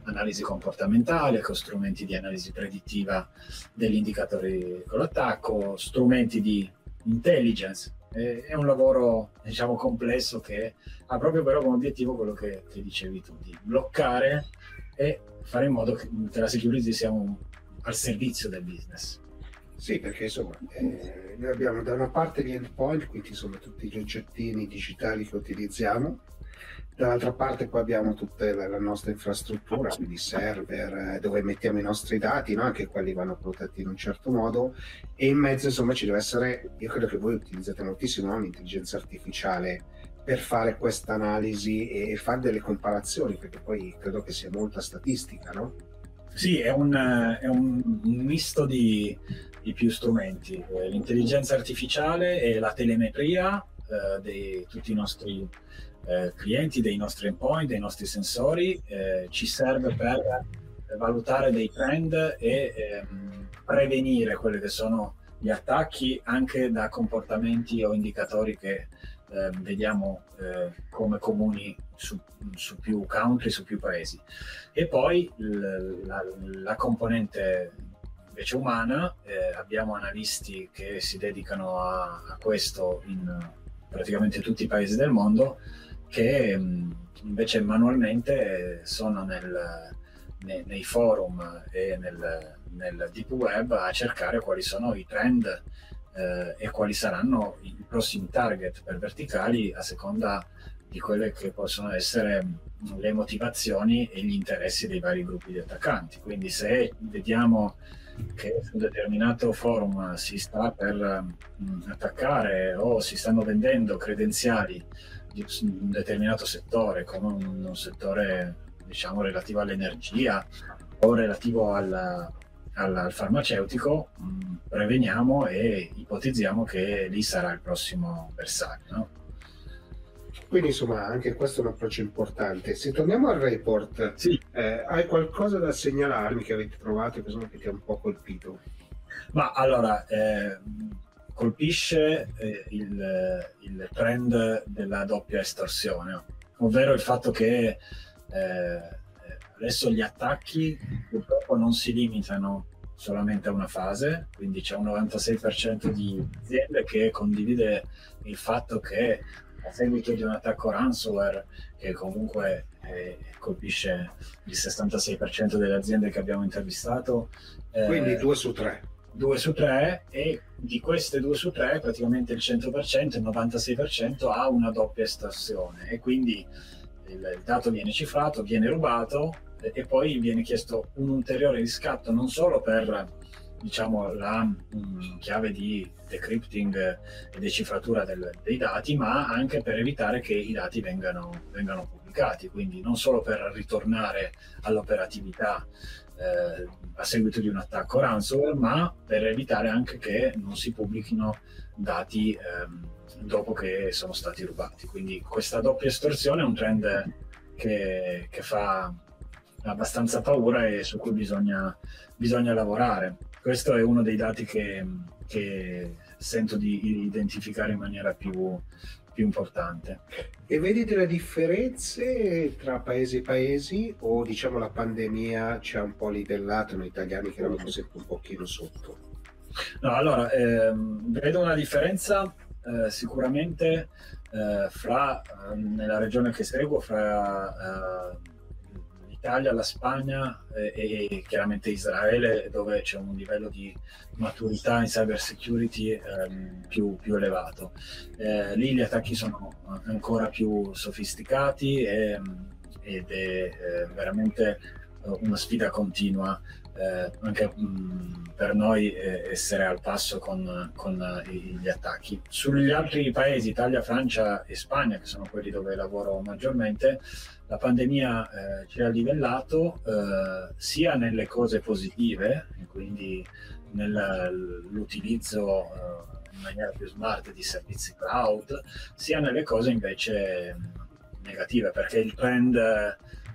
Speaker 5: analisi comportamentale, con strumenti di analisi predittiva degli indicatori con l'attacco, strumenti di intelligence. È un lavoro, diciamo, complesso, che ha proprio però come obiettivo quello che dicevi tu, di bloccare e fare in modo che la security sia al servizio del business.
Speaker 1: Sì, perché insomma noi abbiamo da una parte gli endpoint, quindi insomma tutti gli oggettini digitali che utilizziamo, dall'altra parte poi abbiamo tutta la nostra infrastruttura, quindi server dove mettiamo i nostri dati, no? Anche quelli vanno protetti in un certo modo, e in mezzo insomma ci deve essere, io credo che voi utilizzate moltissimo, no? L'intelligenza artificiale per fare questa analisi e fare delle comparazioni, perché poi credo che sia molta statistica, no?
Speaker 5: Sì, è un misto di più strumenti, l'intelligenza artificiale e la telemetria di tutti i nostri clienti, dei nostri endpoint, dei nostri sensori, ci serve per valutare dei trend e prevenire quelli che sono gli attacchi anche da comportamenti o indicatori che vediamo come comuni su più country, su più paesi. E poi la componente invece umana, abbiamo analisti che si dedicano a questo in praticamente tutti i paesi del mondo, che invece manualmente sono nei forum e nel deep web a cercare quali sono i trend e quali saranno i prossimi target per verticali, a seconda di quelle che possono essere le motivazioni e gli interessi dei vari gruppi di attaccanti. Quindi se vediamo che su un determinato forum si sta per attaccare o si stanno vendendo credenziali di un determinato settore, come un settore, diciamo, relativo all'energia o relativo al farmaceutico, preveniamo e ipotizziamo che lì sarà il prossimo bersaglio, no?
Speaker 1: Quindi insomma anche questo è un approccio importante. Se torniamo al report,
Speaker 5: sì.
Speaker 1: Hai qualcosa da segnalarmi che avete trovato che ti ha un po' colpito?
Speaker 5: Ma allora, colpisce il trend della doppia estorsione, ovvero il fatto che adesso gli attacchi purtroppo non si limitano solamente a una fase, quindi c'è un 96% di aziende che condivide il fatto che a seguito di un attacco ransomware, che comunque colpisce il 66% delle aziende che abbiamo intervistato,
Speaker 1: quindi 2 su 3,
Speaker 5: 2 su 3, e di queste 2 su 3 praticamente il 100%, il 96% ha una doppia estorsione, e quindi il dato viene cifrato, viene rubato e poi viene chiesto un ulteriore riscatto, non solo per, diciamo, la chiave di decrypting e decifratura dei dati, ma anche per evitare che i dati vengano pubblicati, quindi non solo per ritornare all'operatività a seguito di un attacco ransomware, ma per evitare anche che non si pubblichino dati dopo che sono stati rubati. Quindi questa doppia estorsione è un trend che fa abbastanza paura e su cui bisogna lavorare. Questo è uno dei dati che sento di identificare in maniera più importante.
Speaker 1: E vedi delle differenze tra paesi e paesi, o diciamo la pandemia ci ha un po' livellato noi italiani che eravamo sempre un pochino sotto?
Speaker 5: No, allora, vedo una differenza sicuramente nella regione che seguo, fra l'Italia, la Spagna e chiaramente Israele, dove c'è un livello di maturità in cyber security più elevato. Lì gli attacchi sono ancora più sofisticati ed è veramente una sfida continua anche per noi essere al passo con gli attacchi. Sugli altri paesi, Italia, Francia e Spagna, che sono quelli dove lavoro maggiormente, la pandemia ci ha livellato sia nelle cose positive, quindi nell'utilizzo in maniera più smart di servizi cloud, sia nelle cose invece negative, perché il trend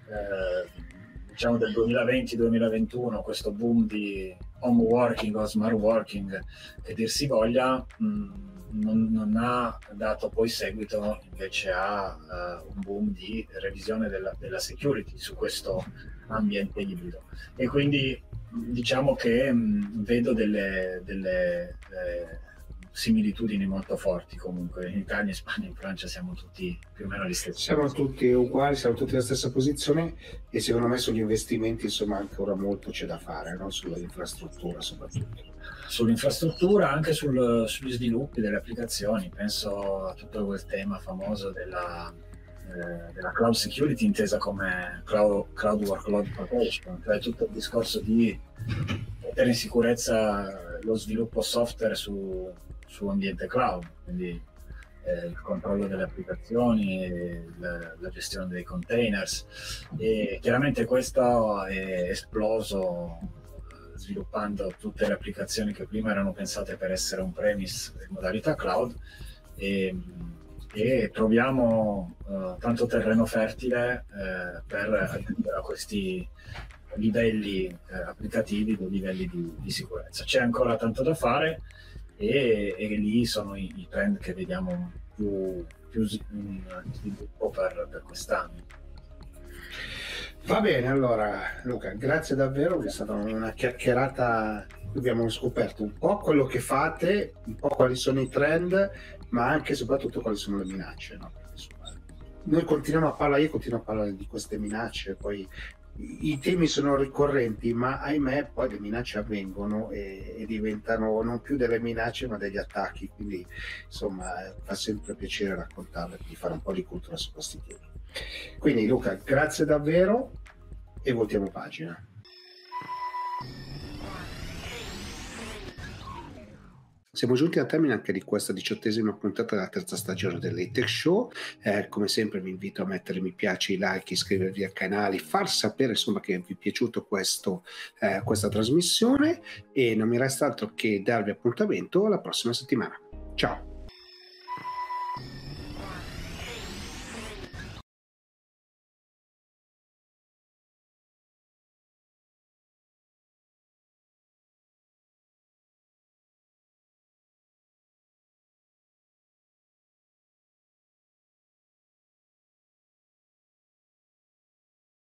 Speaker 5: diciamo del 2020-2021, questo boom di home working o smart working, che dir si voglia, non ha dato poi seguito invece a un boom di revisione della security. Su questo ambiente ibrido. E quindi diciamo che vedo delle similitudini molto forti comunque. In Italia, in Spagna, in Francia siamo tutti più o meno gli stessi.
Speaker 1: Siamo tutti uguali, siamo tutti nella stessa posizione e secondo me sugli investimenti insomma ancora molto c'è da fare, no? Sull'infrastruttura soprattutto.
Speaker 5: Sull'infrastruttura, anche sugli sviluppi delle applicazioni. Penso a tutto quel tema famoso della cloud security intesa come cloud workload protection, cioè tutto il discorso di mettere in sicurezza lo sviluppo software su ambiente cloud, quindi il controllo delle applicazioni, la gestione dei containers, e chiaramente questo è esploso sviluppando tutte le applicazioni che prima erano pensate per essere on-premise in modalità cloud, e troviamo tanto terreno fertile per aggiungere a questi livelli applicativi dei livelli di sicurezza. C'è ancora tanto da fare e lì sono i trend che vediamo più sviluppo per quest'anno.
Speaker 1: Va bene, allora Luca, grazie davvero, è stata una chiacchierata. Abbiamo scoperto un po' quello che fate, un po' quali sono i trend, ma anche e soprattutto quali sono le minacce, no? Noi continuiamo a parlare, io continuo a parlare di queste minacce, poi i temi sono ricorrenti, ma ahimè poi le minacce avvengono e diventano non più delle minacce ma degli attacchi, quindi insomma fa sempre piacere raccontarle, di fare un po' di cultura su questi temi. Quindi Luca, grazie davvero e voltiamo pagina. Siamo giunti al termine anche di questa 18ª puntata della terza stagione dell'E-Tech Show. Come sempre vi invito a mettere mi piace, i like, iscrivervi al canale, far sapere insomma che vi è piaciuto questa trasmissione, e non mi resta altro che darvi appuntamento la prossima settimana. Ciao!